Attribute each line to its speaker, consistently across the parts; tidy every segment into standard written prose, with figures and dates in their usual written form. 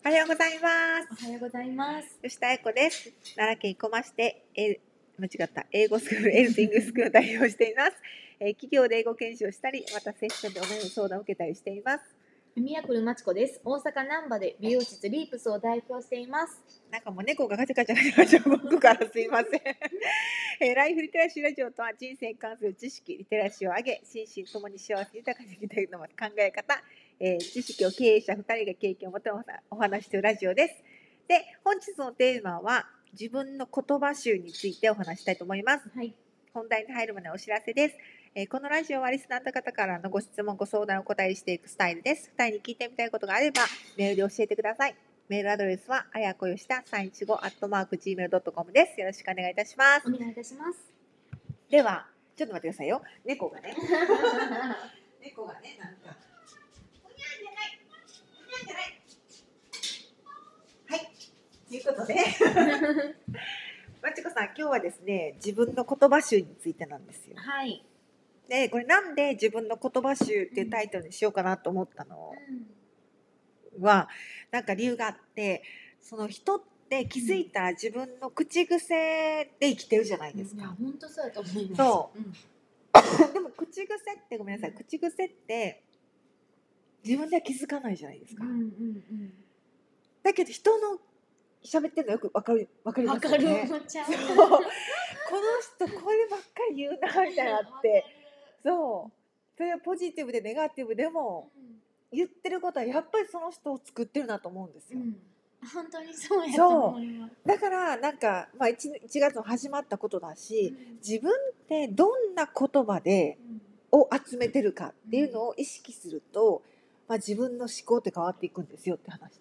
Speaker 1: おはようございます。
Speaker 2: おはようございます。
Speaker 1: 吉田恵子です。奈良県生駒市で、英語スクール、エルスイングスクールを代表しています。企業で英語研修をしたり、またセッションでお悩み相談を受けたりしています。
Speaker 2: 宮古まちこです。大阪難波で美容室リープスを代表しています。
Speaker 1: なんかもう猫がガチャガチャガチャ僕からすいません。ライフリテラシーラジオとは人生に関する知識、リテラシーを上げ、心身ともに幸せ豊かに生きていくのも考え方、知識を経営者2人が経験をもとにお話しするラジオです。で、本日のテーマは自分の言葉集についてお話したいと思います。
Speaker 2: はい。
Speaker 1: 本題に入る前にお知らせです。このラジオはリスナーの方からのご質問、ご相談をお答えしていくスタイルです。2人に聞いてみたいことがあればメールで教えてください。メールアドレスはあやこよした315@gmail.com です。よろしくお願いいたします。
Speaker 2: お願いいたします。
Speaker 1: では、ちょっと待ってくださいよ。猫がね、猫がね、なんか、おにゃんじゃない、おにゃんじゃない。はい、ということで、まちこさん、今日はですね、自分の言葉集についてなんですよ。
Speaker 2: はい。
Speaker 1: で、これなんで自分の言葉集っていうタイトルにしようかなと思ったのは、なんか理由があって、その人って気づいたら自分の口癖で生きてるじゃないです
Speaker 2: いや、
Speaker 1: か。
Speaker 2: 本当そうだと思います。
Speaker 1: そうでも口癖ってごめんなさい、口癖って自分では気づかないじゃないですか。だけど人の喋ってるのよくわかりますよね。
Speaker 2: わかるちゃう。
Speaker 1: そうこの人こればっかり言うなみたいなのあって、そうそれはポジティブでネガティブでも言ってることはやっぱりその人を作ってるなと思うんですよ。
Speaker 2: 本当にそうやと思います。
Speaker 1: だからなんか、まあ、1月の始まったことだし、自分ってどんな言葉でを集めてるかっていうのを意識すると、まあ、自分の思考って変わっていくんですよって話なんです。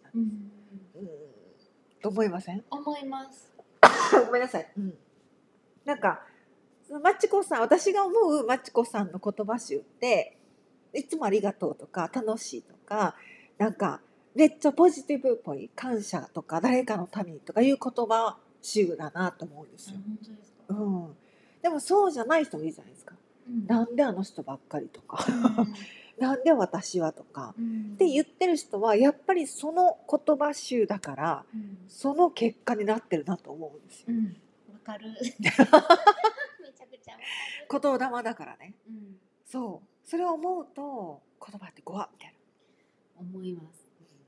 Speaker 1: と思いません？
Speaker 2: 思います。
Speaker 1: ごめんなさい。なんかまちこさん、私が思うまちこさんの言葉集っていつもありがとうとか楽しいとか、なんかめっちゃポジティブっぽい感謝とか誰かのためにとかいう言葉集だなと思うんですよ。
Speaker 2: 本当ですか？
Speaker 1: でもそうじゃない人もいるじゃないですか。なんであの人ばっかりとかなんで私はとか、って言ってる人はやっぱりその言葉集だから、その結果になってるなと思うんですよ。
Speaker 2: わかる。めちゃくちゃわかる。
Speaker 1: 言霊だからね。そうそれを思うと言葉ってごわみたいな
Speaker 2: 思います。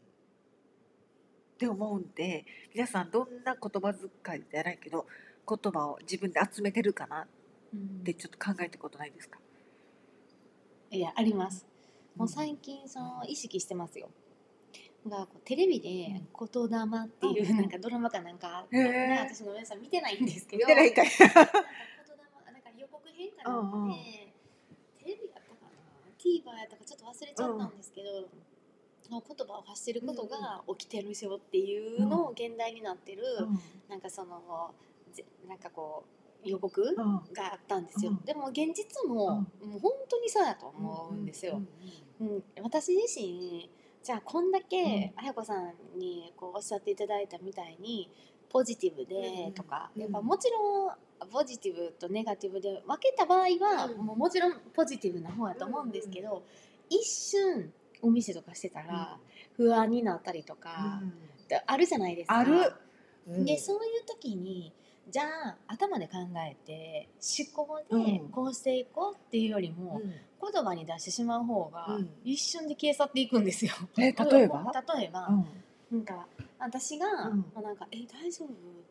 Speaker 1: って思うんで、皆さんどんな言葉遣いじゃないけど言葉を自分で集めてるかなってちょっと考えたことないですか？
Speaker 2: いや、あります。もう最近その意識してますよ。がテレビで言霊っていうなんかドラマかなんか、ね、私の皆さん見てないんですけど、
Speaker 1: 見てないかい。
Speaker 2: 言霊なんか予告編かなんかで、テレビやったかな、TVer やったかちょっと忘れちゃったんですけど、言葉を発してることが起きてるよっていうのを現代になってる、なんかそのなんかこう予告があったんですよ。でも現実も、もう本当にそうだと思うんですよ。私自身じゃあこんだけあやこさんにこうおっしゃっていただいたみたいにポジティブでとか、やっぱもちろんポジティブとネガティブで分けた場合は、もちろんポジティブな方だと思うんですけど、一瞬お店とかしてたら不安になったりとか、あるじゃないですか。ある。でそういう時にじゃあ頭で考えて思考でこうしていこうっていうよりも、言葉に出してしまう方が一瞬で消え去っていくんですよ。例えばなんか私が、なんか大丈夫って、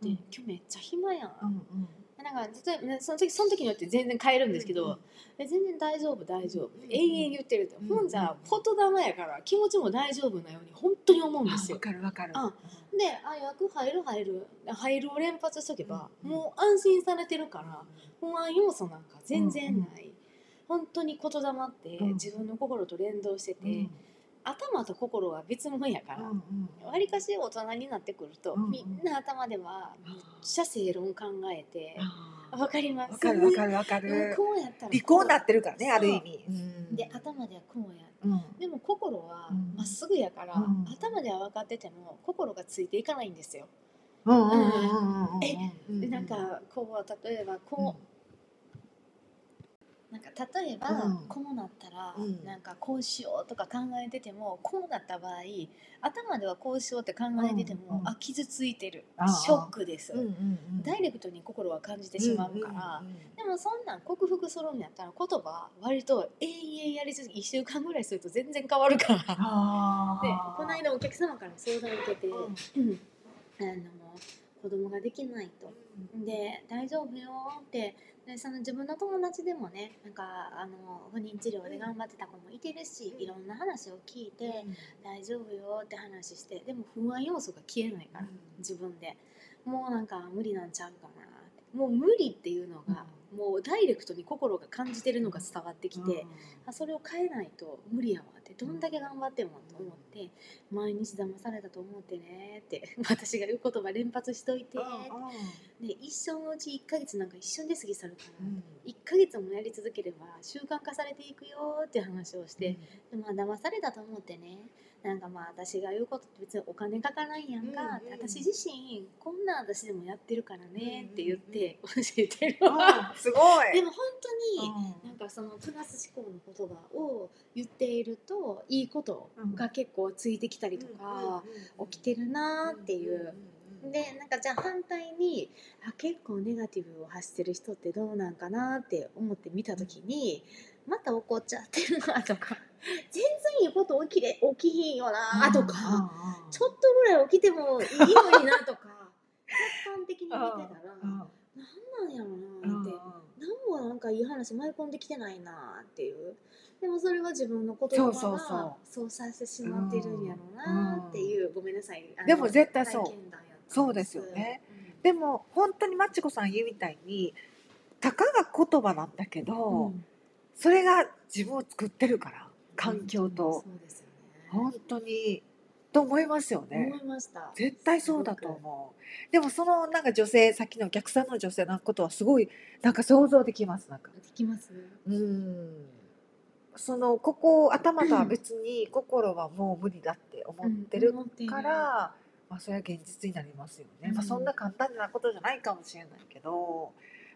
Speaker 2: 今日めっちゃ暇やん、なんか例えばその時によって全然変えるんですけど、全然大丈夫永遠言ってると、ほんじゃ言霊やから気持ちも大丈夫なように本当に思うんですよ。わかる。で、役入るを連発しとけば、もう安心されてるから不安要素なんか全然ない。本当に言霊って自分の心と連動してて、頭と心は別物やから、わりかし大人になってくると、みんな頭ではめっちゃ正論考えて、わかります。わかる。こうやったら利口になってるからね、ある意味。で、頭ではこうや。でも心はまっすぐやから、頭では分かってても心がついていかないんですよ。なんかこう例えばこなんか例えば、こうなったら、なんかこうしようとか考えてても、こうなった場合頭ではこうしようって考えてても、あ、傷ついてる、ショックです、ダイレクトに心は感じてしまうから、でもそんなん克服するんやったら言葉割と永遠やり続け1週間ぐらいすると全然変わるからで、この間お客様から相談を受けて、子供ができないと、で大丈夫よって、でその自分の友達でもね、なんか不妊治療で頑張ってた子もいてるし、いろんな話を聞いて、大丈夫よって話して、でも不安要素が消えないから、自分でもうなんか無理なんちゃうかなって、もう無理っていうのが、もうダイレクトに心が感じてるのが伝わってきて、それを変えないと無理やわって、どんだけ頑張ってもと思って、毎日騙されたと思ってねって私が言う言葉連発しといて、で一生のうち1ヶ月なんか一瞬で過ぎ去るから、1ヶ月もやり続ければ習慣化されていくよって話をして、でまあ騙されたと思ってね、なんかまあ私が言うことって別にお金かからんやんか、私自身こんな私でもやってるからねって言って教えてるわ、
Speaker 1: すごい。
Speaker 2: でも本当になんかそのプラス思考の言葉を言っているといいことが結構ついてきたりとか起きてるなっていう。でなんかじゃあ反対に結構ネガティブを発してる人ってどうなんかなって思って見た時に、また怒っちゃってるなとか全然いいこと起きひんよなとか、ちょっとぐらい起きてもいいのになとか客観的に見てたらなんなんやろなって、何もなんかいい話舞い込んできてないなっていう。でもそれは自分の言葉がそうさせてしまってるんやろうなっていう、ごめんなさい、
Speaker 1: でも絶対そう
Speaker 2: 体験談やった
Speaker 1: そうですよね、でも本当にマチコさん言うみたいにたかが言葉なんだけど、それが自分を作ってるから、環境と、
Speaker 2: そうですよね、
Speaker 1: 本当にと思いますよね。
Speaker 2: 思いました。
Speaker 1: 絶対そうだと思う。でもそのなんか女性、さっきのお客さんの女性のことはすごいなんか想像できます。なんか
Speaker 2: できます。
Speaker 1: そのここ頭とは別に心はもう無理だって思ってるから、まあそれは現実になりますよね。まあそんな簡単なことじゃないかもしれないけど、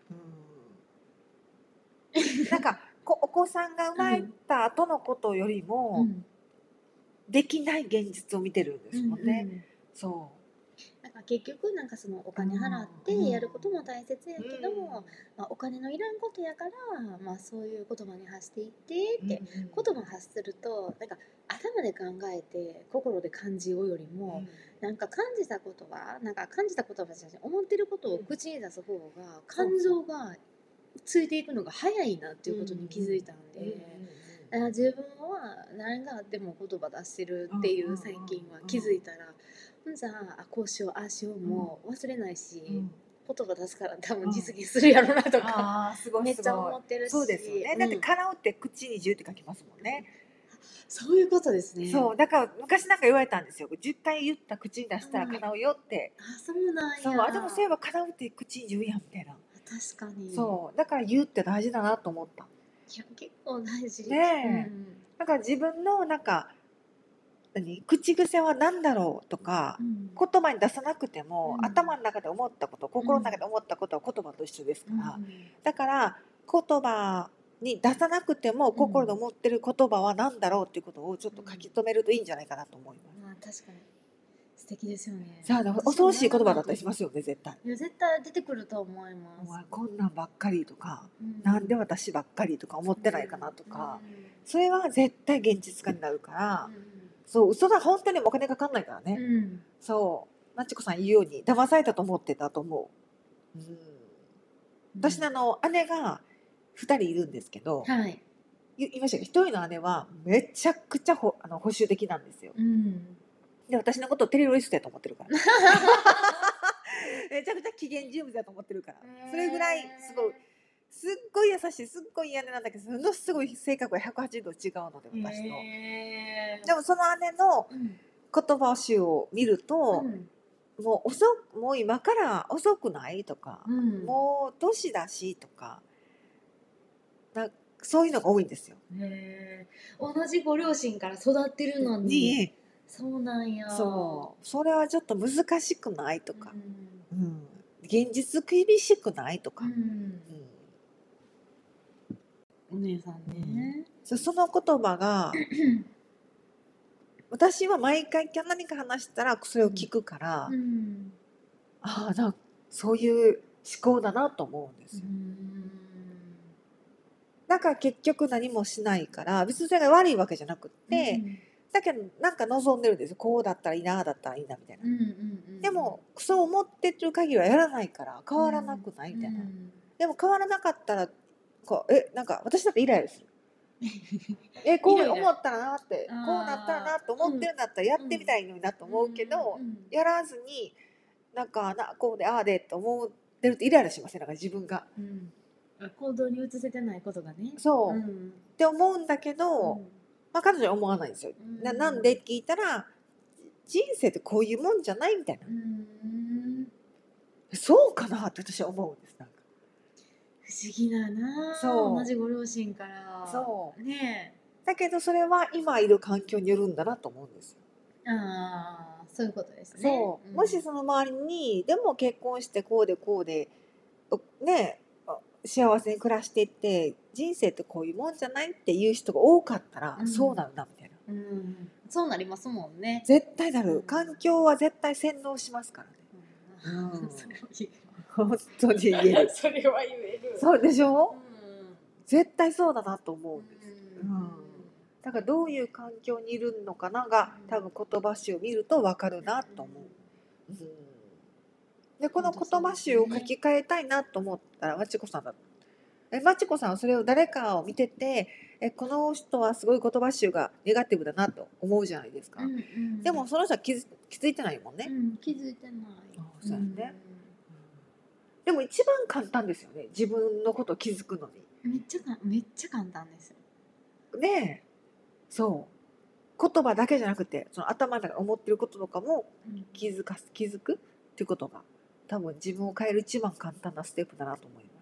Speaker 1: なんかお子さんが生まれた後のことよりも、できない現実を見てるんですもんね。そう
Speaker 2: なんか結局なんかそのお金払ってやることも大切やけども、まあ、お金のいらんことやから、まあ、そういう言葉に発していってって、言葉発するとなんか頭で考えて心で感じようよりも、なんか感じた言葉じゃなくて思ってることを口に出す方が感情がついていくのが早いなっていうことに気づいたんで。自分は何があっても言葉出してるっていう最近は気づいたら、じゃあこうしようああしようも忘れないし、言葉出すから多分実現するやろなとか、めっちゃ思ってるし。
Speaker 1: そうですよね。だって叶うって口に10って書きますもんね。
Speaker 2: そういうことですね。
Speaker 1: そうだから昔なんか言われたんですよ。10回言った口に出したら叶うよって。
Speaker 2: そうなんや。
Speaker 1: そうでもそういえば叶うって口に言うやんみたいな。
Speaker 2: 確かに。
Speaker 1: そうだから言うって大事だなと思った。
Speaker 2: いや結構大事
Speaker 1: ねえ、だから自分のなんか口癖は何だろうとか、言葉に出さなくても、頭の中で思ったこと、心の中で思ったことは言葉と一緒ですから、だから言葉に出さなくても心で思ってる言葉は何だろうっていうことをちょっと書き留めるといいんじゃないかなと思います。
Speaker 2: 確かに素敵ですよね。
Speaker 1: さあ恐ろしい言葉だったりしますよね、絶対。
Speaker 2: いや絶対出てくると思います。
Speaker 1: こんなんばっかりとか、なんで私ばっかりとか思ってないかなとか、それは絶対現実化になるから、そう嘘だ、本当にお金かかんないからね。そうマチコさん言うように騙されたと思ってたと思う。私の姉が2人いるんですけど、言いましたけど、1人の姉はめちゃくちゃ保守的なんですよ。で私のことをテロリストやと思ってるからめちゃくちゃ機嫌人物だと思ってるから、それぐらいすっごい優しい、すっごいいい姉なんだけど、そのすごい性格が180度違うので、私の。でもその姉の言葉集を見ると、もう今から遅くないとか、もう年だしとか、そういうのが多いんですよ。
Speaker 2: 同じご両親から育ってるのに。そうなんや。
Speaker 1: それはちょっと難しくないとか、現実厳しくないとか、
Speaker 2: お姉さんね。
Speaker 1: その言葉が私は毎回何か話したらそれを聞くから、ああそういう思考だなと思うんですよ。だから結局何もしないから別にそれが悪いわけじゃなくって、だけどなんか望んでるんですよ。こうだったらいいな、ああだったらいいなみたいな。でもそう思ってる限りはやらないから変わらなくないみたいな。でも変わらなかったらなんか私だってイライラする。こう思ったらなってこうなったらなと思ってるんだったらやってみたいのになと思うけど、やらずになんかこうでああでと思ってるとイライラしません？なんか自分が、
Speaker 2: 行動に移せてないことがね。
Speaker 1: そう、って思うんだけど、彼女は思わないんですよ。なんでって聞いたら人生ってこういうもんじゃないみたいな。そうかなって私は思うんです。なんか
Speaker 2: 不思議だな。同じご両親から
Speaker 1: そう
Speaker 2: ね。
Speaker 1: だけどそれは今いる環境によるんだなと思うんですよ。
Speaker 2: そういうことですね。
Speaker 1: そう、もしその周りにでも結婚してこうでね幸せに暮らしていって人生ってこういうもんじゃないっていう人が多かったら、そうなるなみたいな、
Speaker 2: そうなりますもんね。
Speaker 1: 絶対なる、環境は絶対洗脳しますからね。それは言える。本当に言える。
Speaker 2: それは言える。
Speaker 1: そうでしょ、絶対そうだなと思うんです。だからどういう環境にいるのかなが多分言葉集を見ると分かるなと思う。でこの言葉集を書き換えたいなと思ったらまちこさんだった。まちこさんはそれを誰かを見ててこの人はすごい言葉集がネガティブだなと思うじゃないですか。でもその人は気づいてないもんね。
Speaker 2: 気づいてない。
Speaker 1: そうやね。でも一番簡単ですよね、自分のことを気づくのに。
Speaker 2: めっちゃ簡単ですよ。
Speaker 1: ねえ、そう言葉だけじゃなくてその頭の中で思ってることとかも気づくっていうことが多分自分を変える一番簡単なステップだなと思います。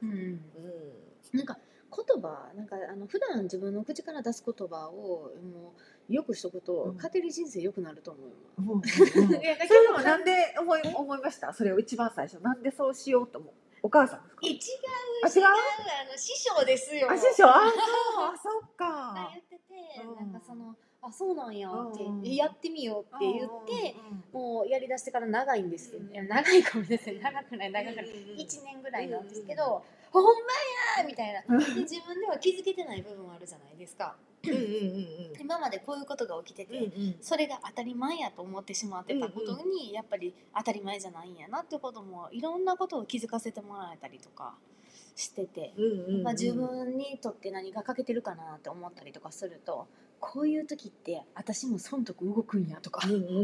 Speaker 2: なんか言葉普段自分の口から出す言葉をもうよくしとくと、勝手に人生良くなると思います。それ
Speaker 1: はなんで思いました？それを一番最初なんでそうしようと思う？お母さんですか？
Speaker 2: 違う師匠ですよ。
Speaker 1: 師匠そっか。
Speaker 2: 言っててそうなんやってやってみようって言ってもうやりだしてから長いんですけど、長いかもですね。長くない1年ぐらいなんですけど、ほんまやみたいなで自分では気づけてない部分あるじゃないですか。今までこういうことが起きてて、それが当たり前やと思ってしまってたことにやっぱり当たり前じゃないんやなってこともいろんなことを気づかせてもらえたりとかしてて、自分にとって何が欠けてるかなって思ったりとかすると、こういう時って私も損得動くんやとかなんか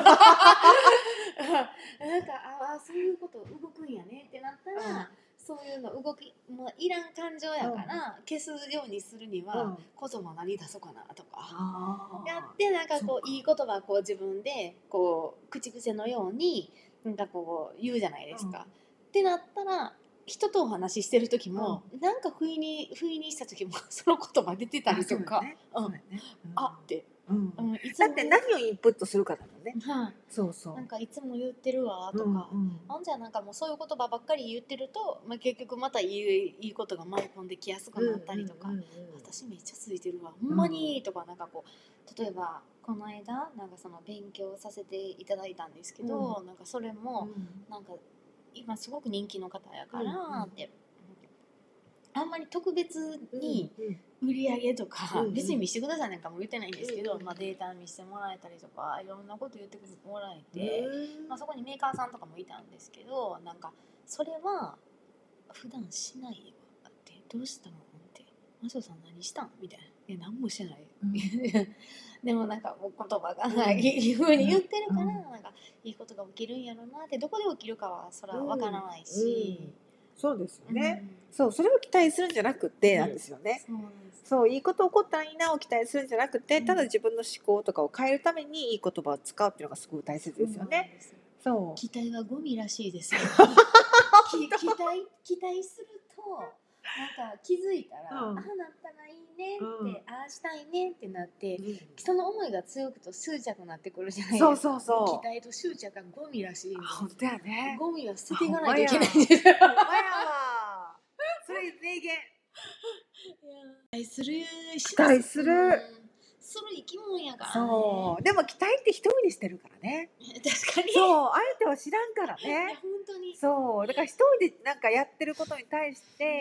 Speaker 2: そういうこと動くんやねってなったら、そういうのもういらん感情やから消すようにするには言葉何出そうかなとかやって、なんかこういい言葉こう自分でこう口癖のようになんかこう言うじゃないですか。ってなったら人とお話ししてる時も、なんか不意にした時もその言葉出てたりとか、あって、
Speaker 1: だって何をインプットするかだもんね。
Speaker 2: なんかいつも言ってるわとか、じゃあなんかもうそういう言葉ばっかり言ってると、結局またいいことが舞い込んできやすくなったりとか、私めっちゃついてるわほんまにとか、なんかこう例えばこの間なんかその勉強させていただいたんですけど、なんかそれもなんか今すごく人気の方やからって、あんまり特別に売り上げとか、別に見せてくださいなんかも言ってないんですけど、データ見せてもらえたりとかいろんなこと言ってもらえて、そこにメーカーさんとかもいたんですけど、なんかそれは普段しないよってどうしたのってマショさん何したんみたいな、何もしてない、でもなんかもう言葉がいい風に言ってるから、なんかいいことが起きるんやろうなって、どこで起きるかはそれは分からないし、
Speaker 1: そうですよね。それを期待するんじゃなくてなんですよね。そういいこと起こったらいいなを期待するんじゃなくて、ただ自分の思考とかを変えるためにいい言葉を使うっていうのがすごく大切ですよね。
Speaker 2: 期待はゴミらしいですよ。期待するとなんか気づいたら、ああなったらいいねって、ああしたいねってなって、その思いが強くと執着になってくるじゃないですか。期待と執着がゴミらしいんです。
Speaker 1: 本当やね。
Speaker 2: ゴミは捨てていかないといけないんですよ。
Speaker 1: ほんまやわ。それ名言。
Speaker 2: 期待する
Speaker 1: 期待する、
Speaker 2: する生き物やからね。
Speaker 1: そうでも期待って一人でしてるからね。
Speaker 2: 確かに。
Speaker 1: そう相手は知らんから
Speaker 2: いや
Speaker 1: ね。
Speaker 2: 本当に。
Speaker 1: そうだから一人でなんかやってることに対して、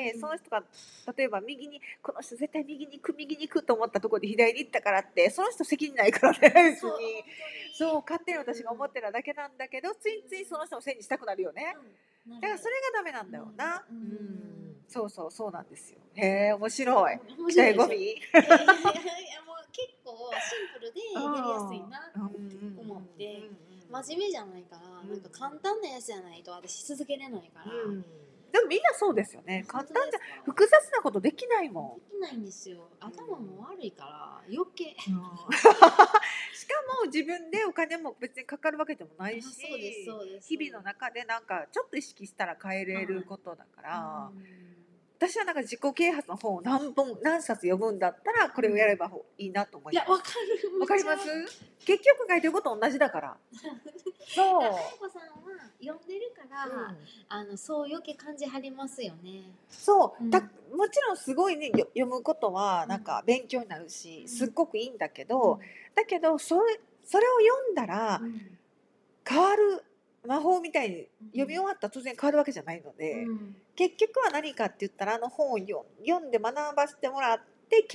Speaker 2: うん
Speaker 1: その人が例えば右にこの人絶対右に行くと思ったところで左に行ったからってその人責任ないからね別
Speaker 2: そう
Speaker 1: に。そう勝手に私が思ってただけなんだけど、ついついその人のせいにしたくなるよね。だからそれがダメなんだよな。そうそうそうなんですよ。へえ面白い。期待ゴミ。
Speaker 2: いやもう結構シンプルでやりやすいなって思って、真面目じゃないからなんか簡単なやつじゃないと私し続けれないから。
Speaker 1: でもみんなそうですよね。簡単じゃ複雑なことできないもん。
Speaker 2: できないんですよ。頭も悪いから余計。
Speaker 1: しかも自分でお金も別にかかるわけでもないし、日々の中でなんかちょっと意識したら変えれることだから。私はなんか自己啓発の本を何冊読むんだったらこれをやればいいなと思います。
Speaker 2: いやわかる。
Speaker 1: わかります？結局書いてること同じだから。そう。
Speaker 2: あやこさんは読んでるから、そう余計感じはりますよね。
Speaker 1: そう、もちろんすごいね読むことはなんか勉強になるし、すっごくいいんだけど、だけどそれを読んだら変わる魔法みたいに読み終わったら突然変わるわけじゃないので、結局は何かって言ったら本を読んで学ばせてもらって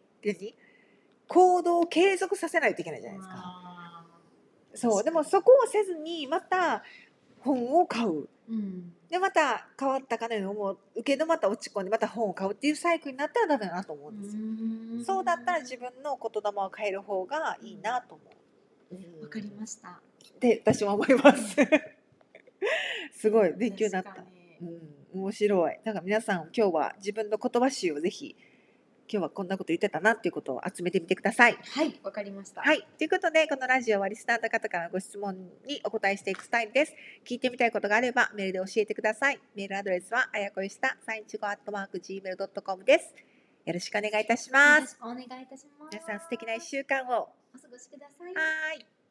Speaker 1: 行動を継続させないといけないじゃないですか。そうでもそこをせずにまた本を買う、でまた変わったかのように思うけどまた落ち込んでまた本を買うっていうサイクルになったらダメだなと思うんですよ。そうだったら自分の言霊を変える方がいいなと思う。
Speaker 2: わかりました。
Speaker 1: で私は思います。すごい勉強になった。面白い。だから皆さん今日は自分の言葉集をぜひ今日はこんなこと言ってたなっていうことを集めてみてください。
Speaker 2: はい、わかりました。
Speaker 1: はい、ということでこのラジオはリスナーの方からのご質問にお答えしていくスタイルです。聞いてみたいことがあればメールで教えてください。メールアドレスはあやこよした315@gmail.com です。よろしくお願いいたします。
Speaker 2: お願いいたします。
Speaker 1: 皆さん素敵な1週間を
Speaker 2: お過ごしください。
Speaker 1: はい。